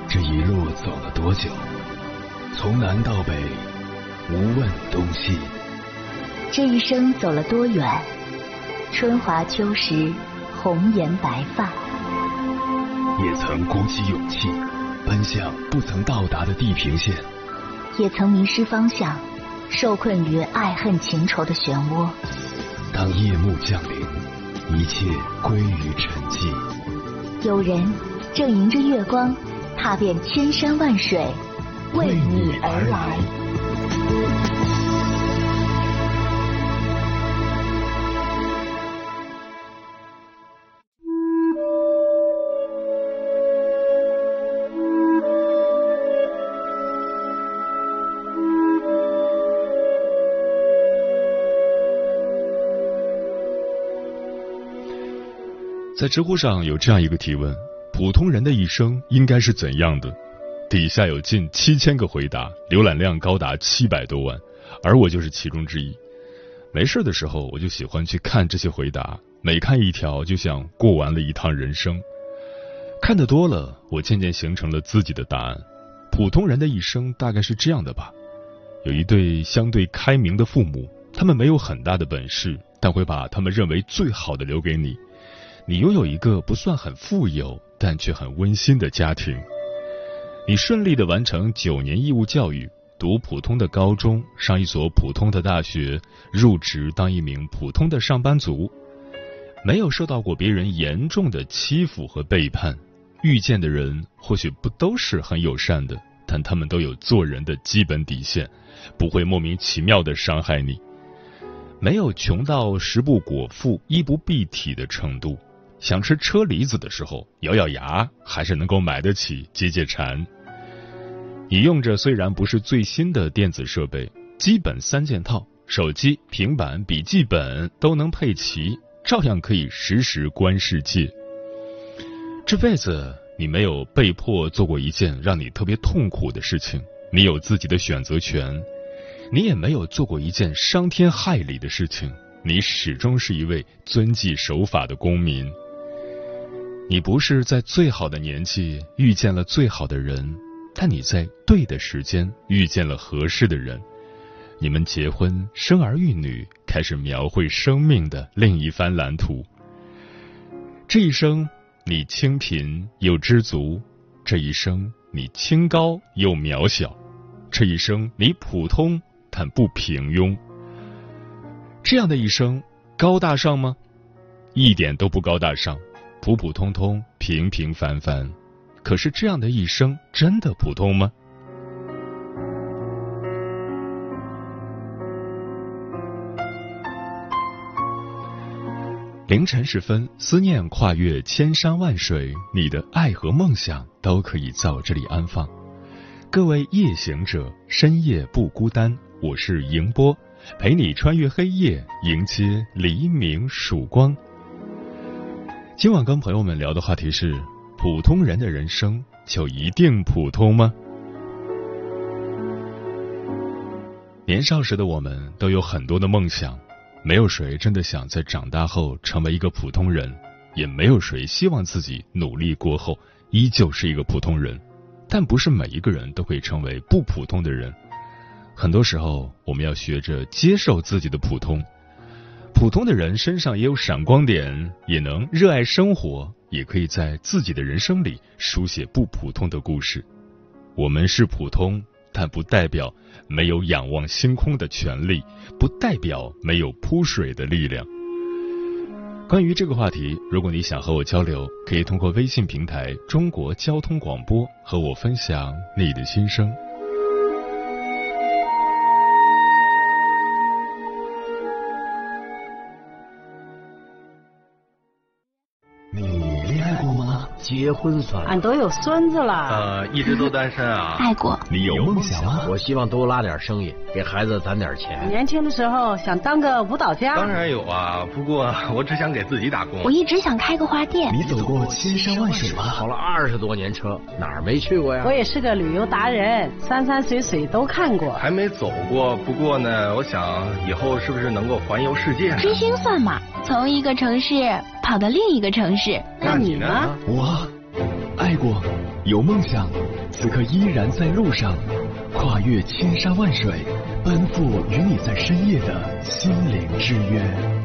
这一路走了多久？从南到北，无问东西。 这一生走了多远？春华秋实，红颜白发。 也曾鼓起勇气，奔向不曾到达的地平线。 也曾迷失方向，受困于爱恨情仇的漩涡。 当夜幕降临，一切归于沉寂。 有人正迎着月光，踏遍千山万水，为你而来。 在知乎上有这样一个提问：普通人的一生应该是怎样的？底下有近7000个回答，浏览量高达700多万，而我就是其中之一。没事的时候，我就喜欢去看这些回答，每看一条，就像过完了一趟人生。看得多了，我渐渐形成了自己的答案。普通人的一生大概是这样的吧：有一对相对开明的父母，他们没有很大的本事，但会把他们认为最好的留给你。你拥有一个不算很富有，但却很温馨的家庭。你顺利地完成9年义务教育，读普通的高中，上一所普通的大学，入职当一名普通的上班族。没有受到过别人严重的欺负和背叛，遇见的人或许不都是很友善的，但他们都有做人的基本底线，不会莫名其妙地伤害你。没有穷到食不果腹、衣不蔽体的程度。想吃车厘子的时候，咬咬牙还是能够买得起，解解馋。你用着虽然不是最新的电子设备，基本3件套，手机、平板、笔记本都能配齐，照样可以实时观世界。这辈子你没有被迫做过一件让你特别痛苦的事情，你有自己的选择权。你也没有做过一件伤天害理的事情，你始终是一位遵纪守法的公民。你不是在最好的年纪遇见了最好的人，但你在对的时间遇见了合适的人。你们结婚，生儿育女，开始描绘生命的另一番蓝图。这一生，你清贫又知足；这一生，你清高又渺小；这一生，你普通但不平庸。这样的一生，高大上吗？一点都不高大上。普普通通，平平凡凡，可是这样的一生真的普通吗？凌晨时分，思念跨越千山万水，你的爱和梦想都可以在我这里安放。各位夜行者，深夜不孤单，我是迎波，陪你穿越黑夜，迎接黎明曙光。今晚跟朋友们聊的话题是：普通人的人生就一定普通吗？年少时的我们都有很多的梦想，没有谁真的想在长大后成为一个普通人，也没有谁希望自己努力过后依旧是一个普通人。但不是每一个人都会成为不普通的人，很多时候我们要学着接受自己的普通。普通的人身上也有闪光点，也能热爱生活，也可以在自己的人生里书写不普通的故事。我们是普通，但不代表没有仰望星空的权利，不代表没有扑水的力量。关于这个话题，如果你想和我交流，可以通过微信平台中国交通广播和我分享你的心声。 你恋爱过吗？ 结婚算了， 俺都有孙子了。 一直都单身啊。 爱过。 你有梦想吗？ 我希望多拉点生意，给孩子攒点钱。 年轻的时候想当个舞蹈家。 当然有啊，不过我只想给自己打工。 我一直想开个花店。 你走过千山万水吗？ 跑了20多年车，哪儿没去过呀？ 我也是个旅游达人，山山水水都看过。 还没走过，不过呢，我想以后是不是能够环游世界呢？ 追星算吗？从一个城市跑到另一个城市。 那你呢？ 我爱过， 有梦想，此刻依然在路上，跨越千山万水，奔赴与你在深夜的心灵之约。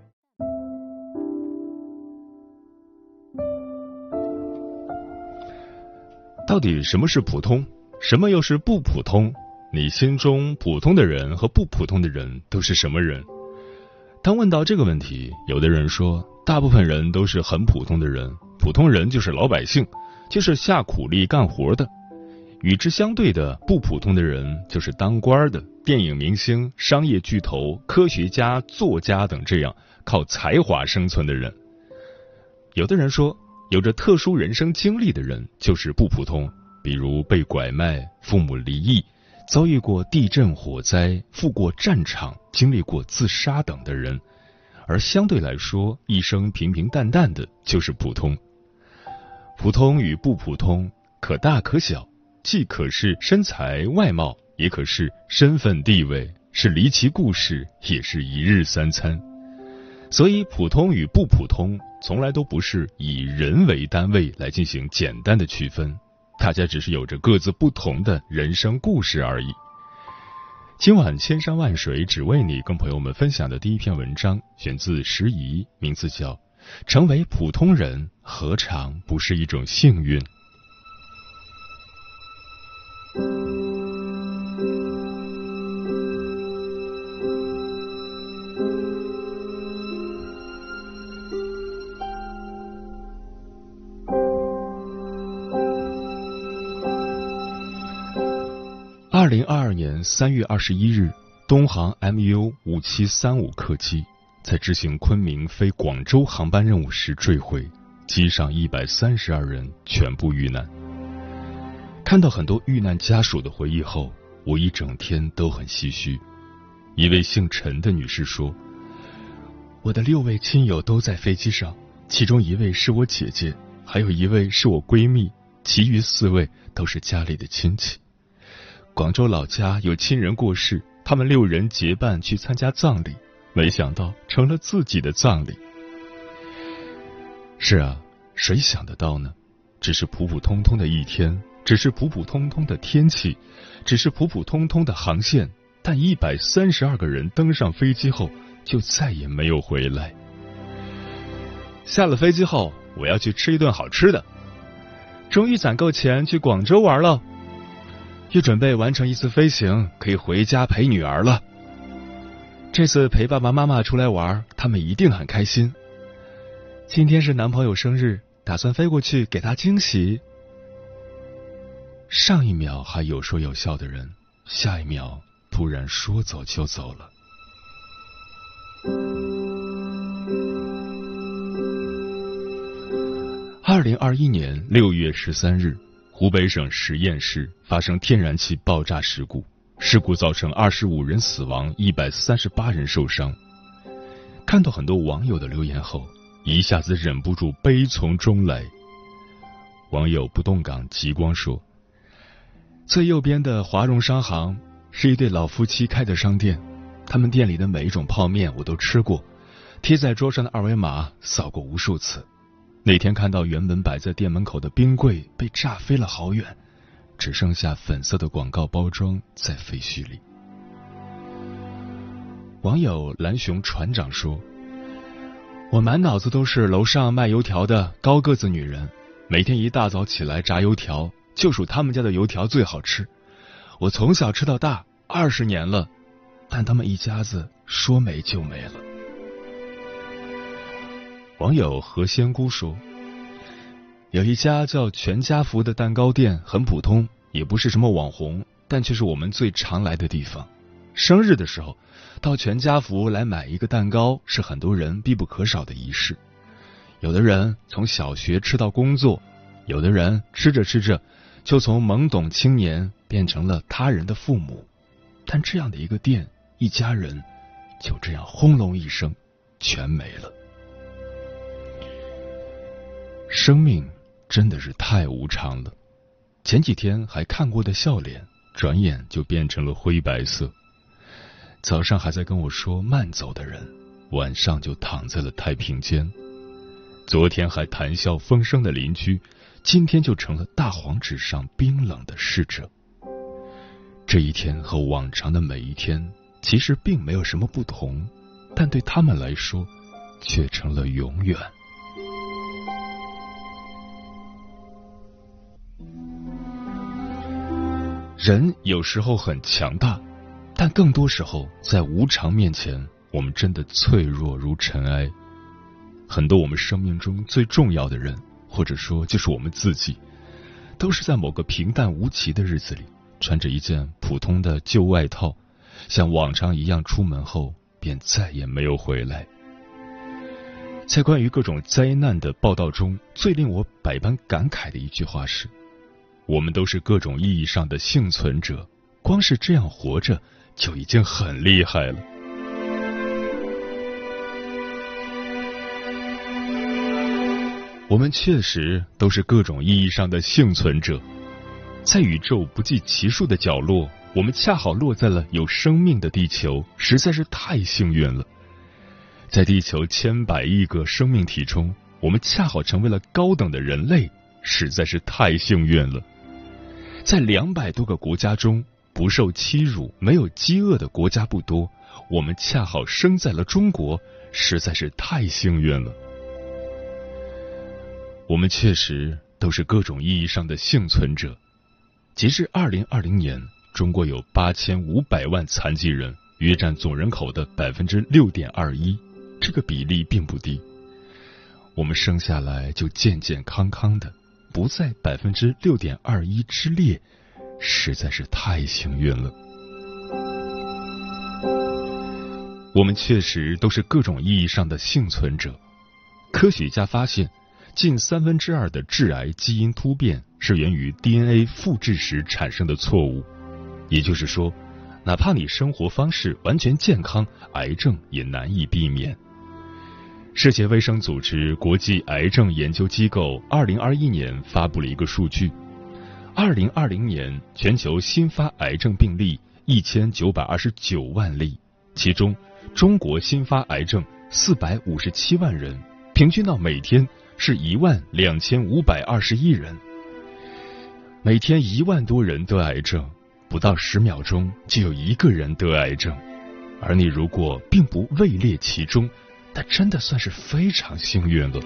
到底什么是普通，什么又是不普通？你心中普通的人和不普通的人都是什么人？当问到这个问题，有的人说，大部分人都是很普通的人，普通人就是老百姓，就是下苦力干活的。与之相对的不普通的人，就是当官的、电影明星、商业巨头、科学家、作家等这样靠才华生存的人。有的人说，有着特殊人生经历的人就是不普通，比如被拐卖、父母离异、遭遇过地震火灾、赴过战场、经历过自杀等的人。而相对来说，一生平平淡淡的就是普通。普通与不普通可大可小，既可是身材外貌，也可是身份地位，是离奇故事，也是一日三餐。所以普通与不普通从来都不是以人为单位来进行简单的区分，大家只是有着各自不同的人生故事而已。今晚千山万水只为你，跟朋友们分享的第一篇文章选自时宜，名字叫《成为普通人何尝不是一种幸运》。2022年3月21日，东航 MU5735 客机在执行昆明飞广州航班任务时坠毁，机上132人全部遇难。看到很多遇难家属的回忆后，我一整天都很唏嘘。一位姓陈的女士说，我的6位亲友都在飞机上，其中1位是我姐姐，还有1位是我闺蜜，其余4位都是家里的亲戚。广州老家有亲人过世，他们6人结伴去参加葬礼，没想到成了自己的葬礼。是啊，谁想得到呢？只是普普通通的一天，只是普普通通的天气，只是普普通通的航线，但132个人登上飞机后就再也没有回来。下了飞机后，我要去吃一顿好吃的。终于攒够钱去广州玩了。又准备完成一次飞行，可以回家陪女儿了。这次陪爸爸妈妈出来玩，他们一定很开心。今天是男朋友生日，打算飞过去给他惊喜。上一秒还有说有笑的人，下一秒突然说走就走了。2021年6月13日，湖北省十堰市发生天然气爆炸事故，事故造成25人死亡，138人受伤。看到很多网友的留言后，一下子忍不住悲从中来。网友不动港极光说，最右边的华荣商行是一对老夫妻开的商店，他们店里的每一种泡面我都吃过，贴在桌上的二维码扫过无数次。那天看到原本摆在店门口的冰柜被炸飞了好远，只剩下粉色的广告包装在废墟里。网友蓝熊船长说，我满脑子都是楼上卖油条的高个子女人，每天一大早起来炸油条，就属他们家的油条最好吃。我从小吃到大20年了，但他们一家子说没就没了。网友何仙姑说，有一家叫全家福的蛋糕店，很普通，也不是什么网红，但却是我们最常来的地方。生日的时候到全家福来买一个蛋糕，是很多人必不可少的仪式。有的人从小学吃到工作，有的人吃着吃着就从懵懂青年变成了他人的父母。但这样的一个店，一家人就这样轰隆一声全没了。生命真的是太无常了，前几天还看过的笑脸，转眼就变成了灰白色。早上还在跟我说慢走的人，晚上就躺在了太平间。昨天还谈笑风生的邻居， 今天就成了大黄纸上冰冷的逝者。这一天和往常的每一天其实并没有什么不同，但对他们来说却成了永远。人有时候很强大，但更多时候在无常面前，我们真的脆弱如尘埃。很多我们生命中最重要的人，或者说就是我们自己，都是在某个平淡无奇的日子里，穿着一件普通的旧外套，像往常一样出门后便再也没有回来。在关于各种灾难的报道中，最令我百般感慨的一句话是：我们都是各种意义上的幸存者，光是这样活着就已经很厉害了。我们确实都是各种意义上的幸存者，在宇宙不计其数的角落，我们恰好落在了有生命的地球，实在是太幸运了。在地球千百亿个生命体中，我们恰好成为了高等的人类，实在是太幸运了。在200多个国家中，不受欺辱、没有饥饿的国家不多，我们恰好生在了中国，实在是太幸运了。我们确实都是各种意义上的幸存者。截至2020年，中国有8500万残疾人，约占总人口的 6.21%， 这个比例并不低。我们生下来就健健康康的，不在 6.21% 之列，实在是太幸运了。我们确实都是各种意义上的幸存者。科学家发现，近2/3的致癌基因突变是源于 DNA 复制时产生的错误，也就是说，哪怕你生活方式完全健康，癌症也难以避免。世界卫生组织国际癌症研究机构2021年发布了一个数据，2020年全球新发癌症病例1929万例，其中中国新发癌症457万人，平均到每天是12521人。每天1万多人得癌症，不到10秒钟就有1个人得癌症，而你如果并不位列其中，那真的算是非常幸运了。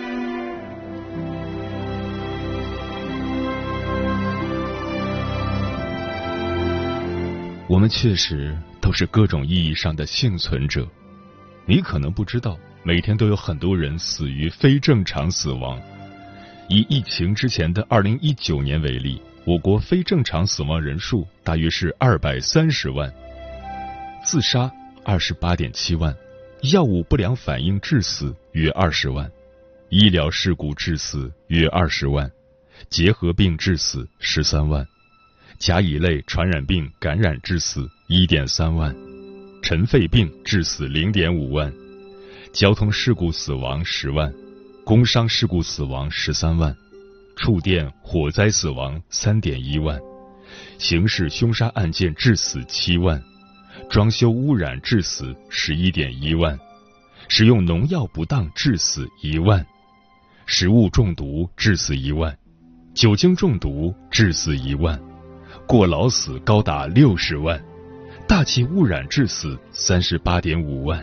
我们确实都是各种意义上的幸存者。你可能不知道，每天都有很多人死于非正常死亡。以疫情之前的2019年为例，我国非正常死亡人数大约是230万，自杀28.7万，药物不良反应致死约20万，医疗事故致死约20万，结核病致死13万，甲乙类传染病感染致死1.3万，尘肺病致死0.5万，交通事故死亡10万，工伤事故死亡13万，触电火灾死亡3.1万，刑事凶杀案件致死7万，装修污染致死11.1万，使用农药不当致死1万，食物中毒致死1万，酒精中毒致死1万，过劳死高达60万，大气污染致死38.5万。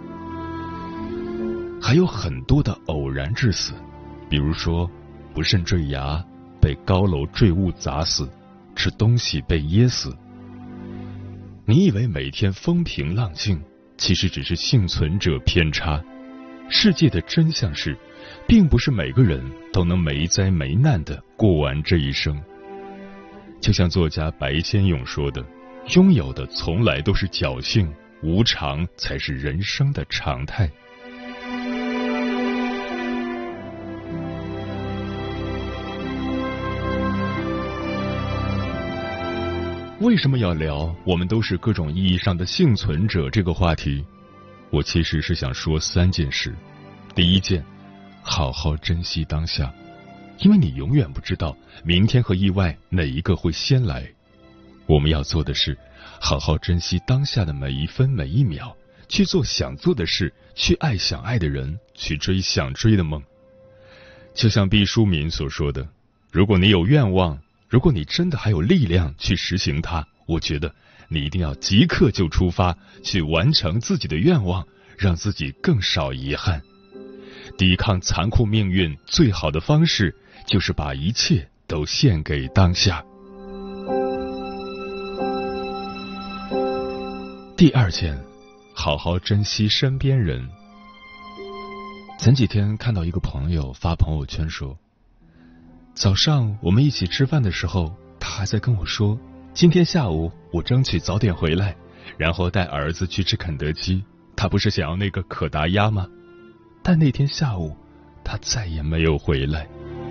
还有很多的偶然致死，比如说不慎坠崖、被高楼坠物砸死、吃东西被噎死。你以为每天风平浪静，其实只是幸存者偏差。世界的真相是，并不是每个人都能没灾没难地过完这一生。就像作家白先勇说的，拥有的从来都是侥幸，无常才是人生的常态。为什么要聊我们都是各种意义上的幸存者这个话题？我其实是想说3件事。第一件，好好珍惜当下，因为你永远不知道明天和意外哪一个会先来。我们要做的是好好珍惜当下的每一分每一秒，去做想做的事，去爱想爱的人，去追想追的梦。 就像毕淑敏所说的，如果你有愿望，如果你真的还有力量去实行它，我觉得你一定要即刻就出发，去完成自己的愿望，让自己更少遗憾。抵抗残酷命运最好的方式，就是把一切都献给当下。第二件，好好珍惜身边人。前几天看到一个朋友发朋友圈说，早上我们一起吃饭的时候，他还在跟我说，今天下午我争取早点回来，然后带儿子去吃肯德基，他不是想要那个可达鸭吗？但那天下午他再也没有回来。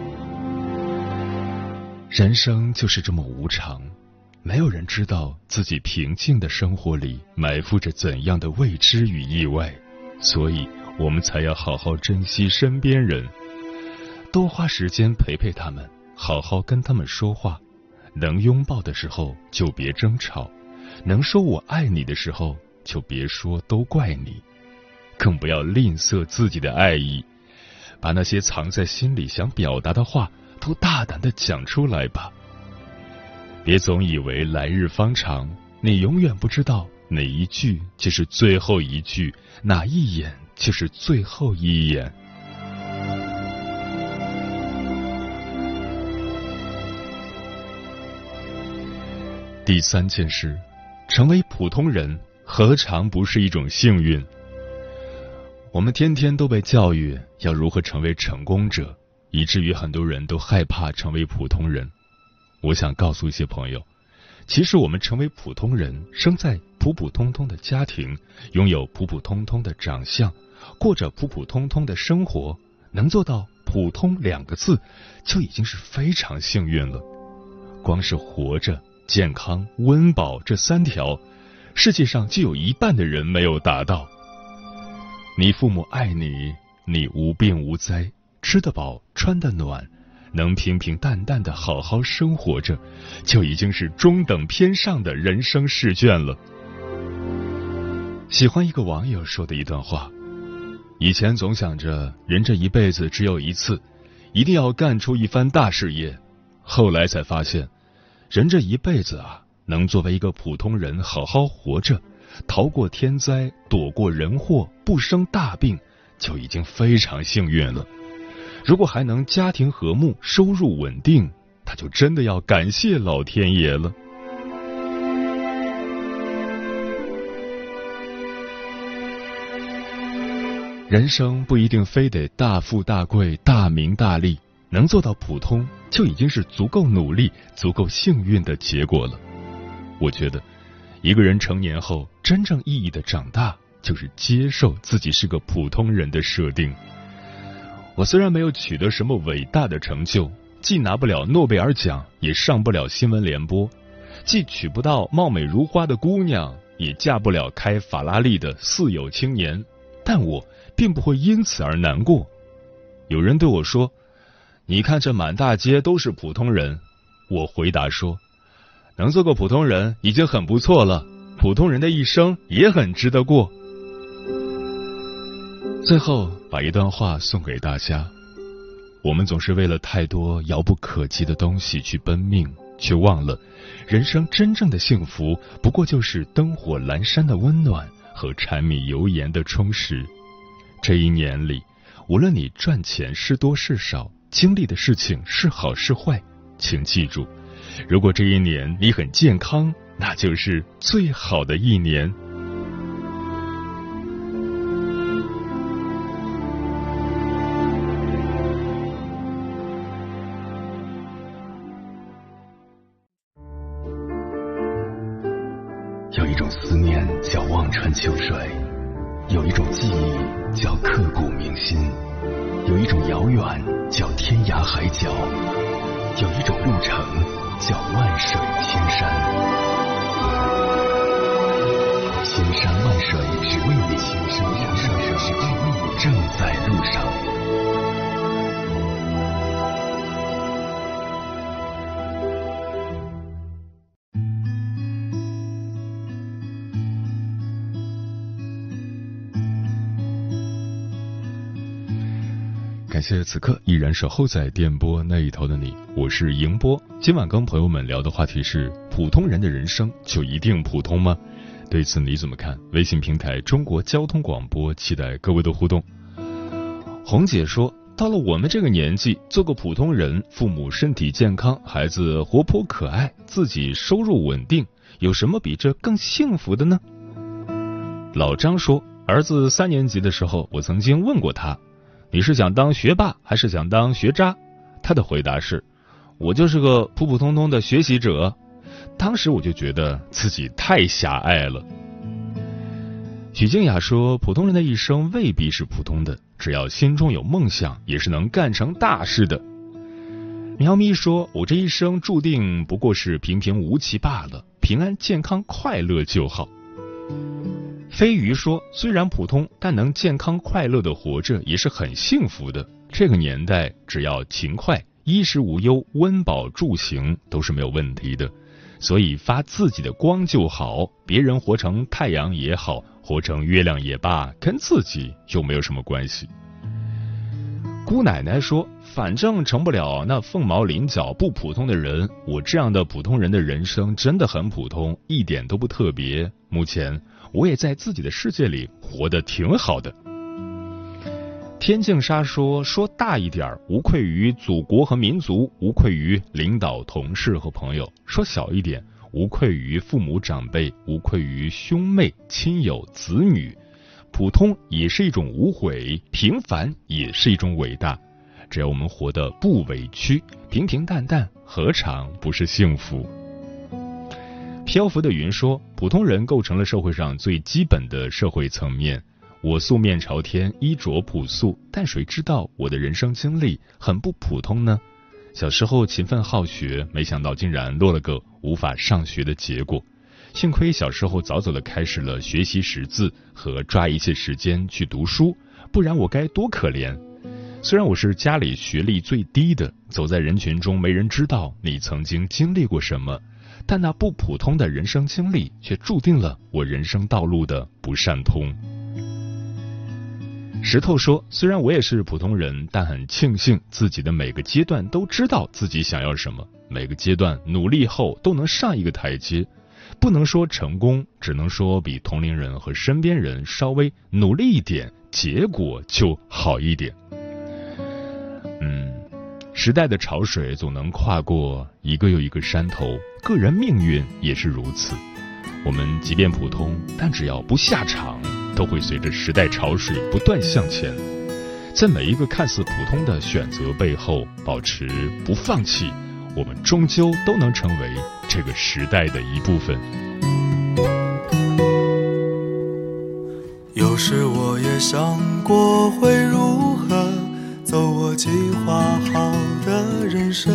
人生就是这么无常，没有人知道自己平静的生活里埋伏着怎样的未知与意外，所以我们才要好好珍惜身边人，多花时间陪陪他们，好好跟他们说话，能拥抱的时候就别争吵，能说我爱你的时候就别说都怪你，更不要吝啬自己的爱意，把那些藏在心里想表达的话都大胆地讲出来吧。别总以为来日方长，你永远不知道哪一句就是最后一句，哪一眼就是最后一眼。第三件事，成为普通人何尝不是一种幸运？我们天天都被教育要如何成为成功者，以至于很多人都害怕成为普通人。我想告诉一些朋友，其实我们成为普通人，生在普普通通的家庭，拥有普普通通的长相，过着普普通通的生活，能做到普通2个字，就已经是非常幸运了。光是活着、健康、温饱这3条，世界上就有1半的人没有达到。你父母爱你，你无病无灾，吃得饱，穿得暖，能平平淡淡的好好生活着，就已经是中等偏上的人生试卷了。喜欢一个网友说的一段话，以前总想着人这一辈子只有一次，一定要干出一番大事业，后来才发现，人这一辈子啊，能作为一个普通人好好活着，逃过天灾，躲过人祸，不生大病，就已经非常幸运了。如果还能家庭和睦，收入稳定，他就真的要感谢老天爷了。人生不一定非得大富大贵、大名大利，能做到普通，就已经是足够努力、足够幸运的结果了。我觉得，一个人成年后真正意义的长大，就是接受自己是个普通人的设定。我虽然没有取得什么伟大的成就，既拿不了诺贝尔奖，也上不了新闻联播，既娶不到貌美如花的姑娘，也嫁不了开法拉利的四有青年，但我并不会因此而难过。有人对我说，你看这满大街都是普通人，我回答说，能做个普通人已经很不错了，普通人的一生也很值得过。最后把一段话送给大家，我们总是为了太多遥不可及的东西去奔命，却忘了人生真正的幸福不过就是灯火阑珊的温暖和柴米油盐的充实。这一年里，无论你赚钱是多是少，经历的事情是好是坏，请记住，如果这一年你很健康，那就是最好的一年。 有一种思念叫望穿秋水，有一种记忆叫刻骨铭心，有一种遥远叫天涯海角，有一种路程叫万水千山。千山万水只为你，千山万水只为你，正在路上。感感谢此刻依然守候在电波那一头的你，我是迎波。今晚跟朋友们聊的话题是：普通人的人生就一定普通吗？对此你怎么看？微信平台中国交通广播，期待各位的互动。红姐说，到了我们这个年纪，做个普通人，父母身体健康，孩子活泼可爱，自己收入稳定，有什么比这更幸福的呢？老张说，儿子3年级的时候，我曾经问过他，你是想当学霸还是想当学渣？他的回答是，我就是个普普通通的学习者。当时我就觉得自己太狭隘了。许静雅说，普通人的一生未必是普通的，只要心中有梦想，也是能干成大事的。喵咪说，我这一生注定不过是平平无奇罢了，平安健康快乐就好。飞鱼说，虽然普通，但能健康快乐的活着也是很幸福的。这个年代，只要勤快，衣食无忧，温饱住行都是没有问题的，所以发自己的光就好，别人活成太阳也好，活成月亮也罢，跟自己又没有什么关系。姑奶奶说，反正成不了那凤毛麟角不普通的人，我这样的普通人的人生真的很普通，一点都不特别。目前我也在自己的世界里活得挺好的。天净沙说大一点，无愧于祖国和民族，无愧于领导同事和朋友；说小一点，无愧于父母长辈，无愧于兄妹亲友子女。普通也是一种无悔，平凡也是一种伟大。只要我们活得不委屈，平平淡淡，何尝不是幸福？漂浮的云说，普通人构成了社会上最基本的社会层面。我素面朝天，衣着朴素，但谁知道我的人生经历很不普通呢？小时候勤奋好学，没想到竟然落了个无法上学的结果。幸亏小时候早早的开始了学习识字和抓一切时间去读书，不然我该多可怜。虽然我是家里学历最低的，走在人群中没人知道你曾经经历过什么，但那不普通的人生经历却注定了我人生道路的不善通。石头说，虽然我也是普通人，但很庆幸自己的每个阶段都知道自己想要什么，每个阶段努力后都能上一个台阶。不能说成功，只能说比同龄人和身边人稍微努力一点，结果就好一点。时代的潮水总能跨过一个又一个山头，个人命运也是如此。我们即便普通，但只要不下场，都会随着时代潮水不断向前。在每一个看似普通的选择背后，保持不放弃，我们终究都能成为这个时代的一部分。 有时我也想过会如何走我计划好的人生，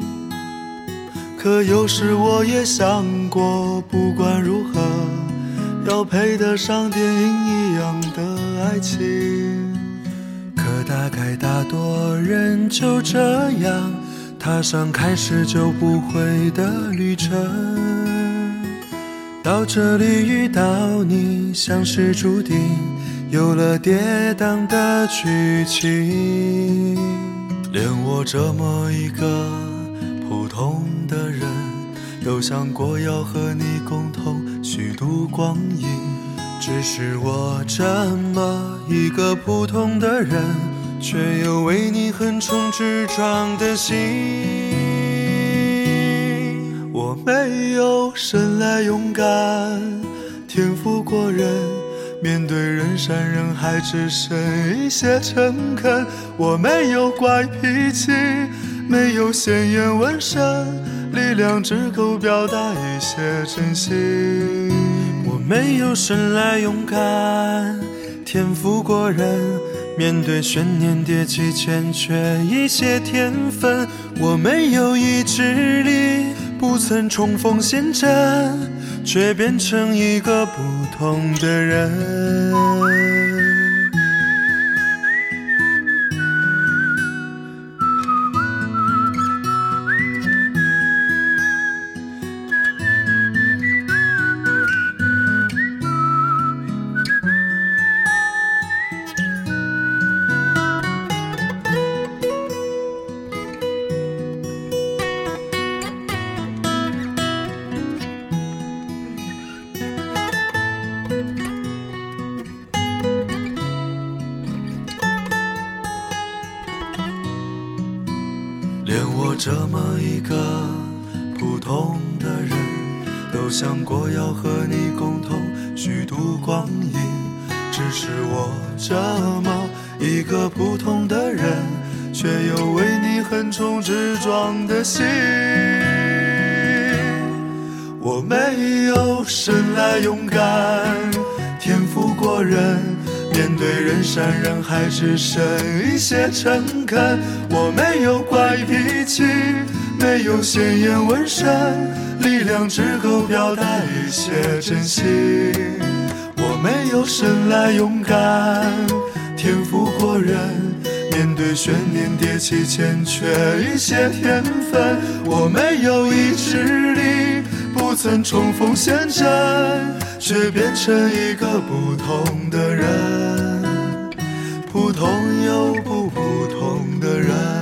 可有时我也想过，不管如何要配得上电影一样的爱情。可大概大多人就这样踏上开始就不回的旅程，到这里遇到你像是注定，有了跌宕的剧情。连我这么一个普通的人都想过要和你共同虚度光阴，只是我这么一个普通的人，却有为你横冲直撞的心。我没有生来勇敢，天赋过人，面对人山人海只剩一些诚恳。我没有怪脾气，没有鲜艳纹身，力量只够表达一些真心。我没有生来勇敢，天赋过人，面对悬念迭起欠缺一些天分。我没有意志力，不曾冲锋陷阵，却变成一个不同的人。 这么一个普通的人，都想过要和你共同虚度光阴，只是我这么一个普通的人，却有为你横冲直撞的心。我没有生来勇敢，天赋过人，面对人山人海只剩一些诚恳。我没有怪脾气，没有鲜艳纹身，力量只够表达一些真心。我没有生来勇敢，天赋过人，面对悬念迭起欠缺一些天分。我没有意志力，不曾冲锋陷阵，却变成一个不同的人，普通又不普通的人。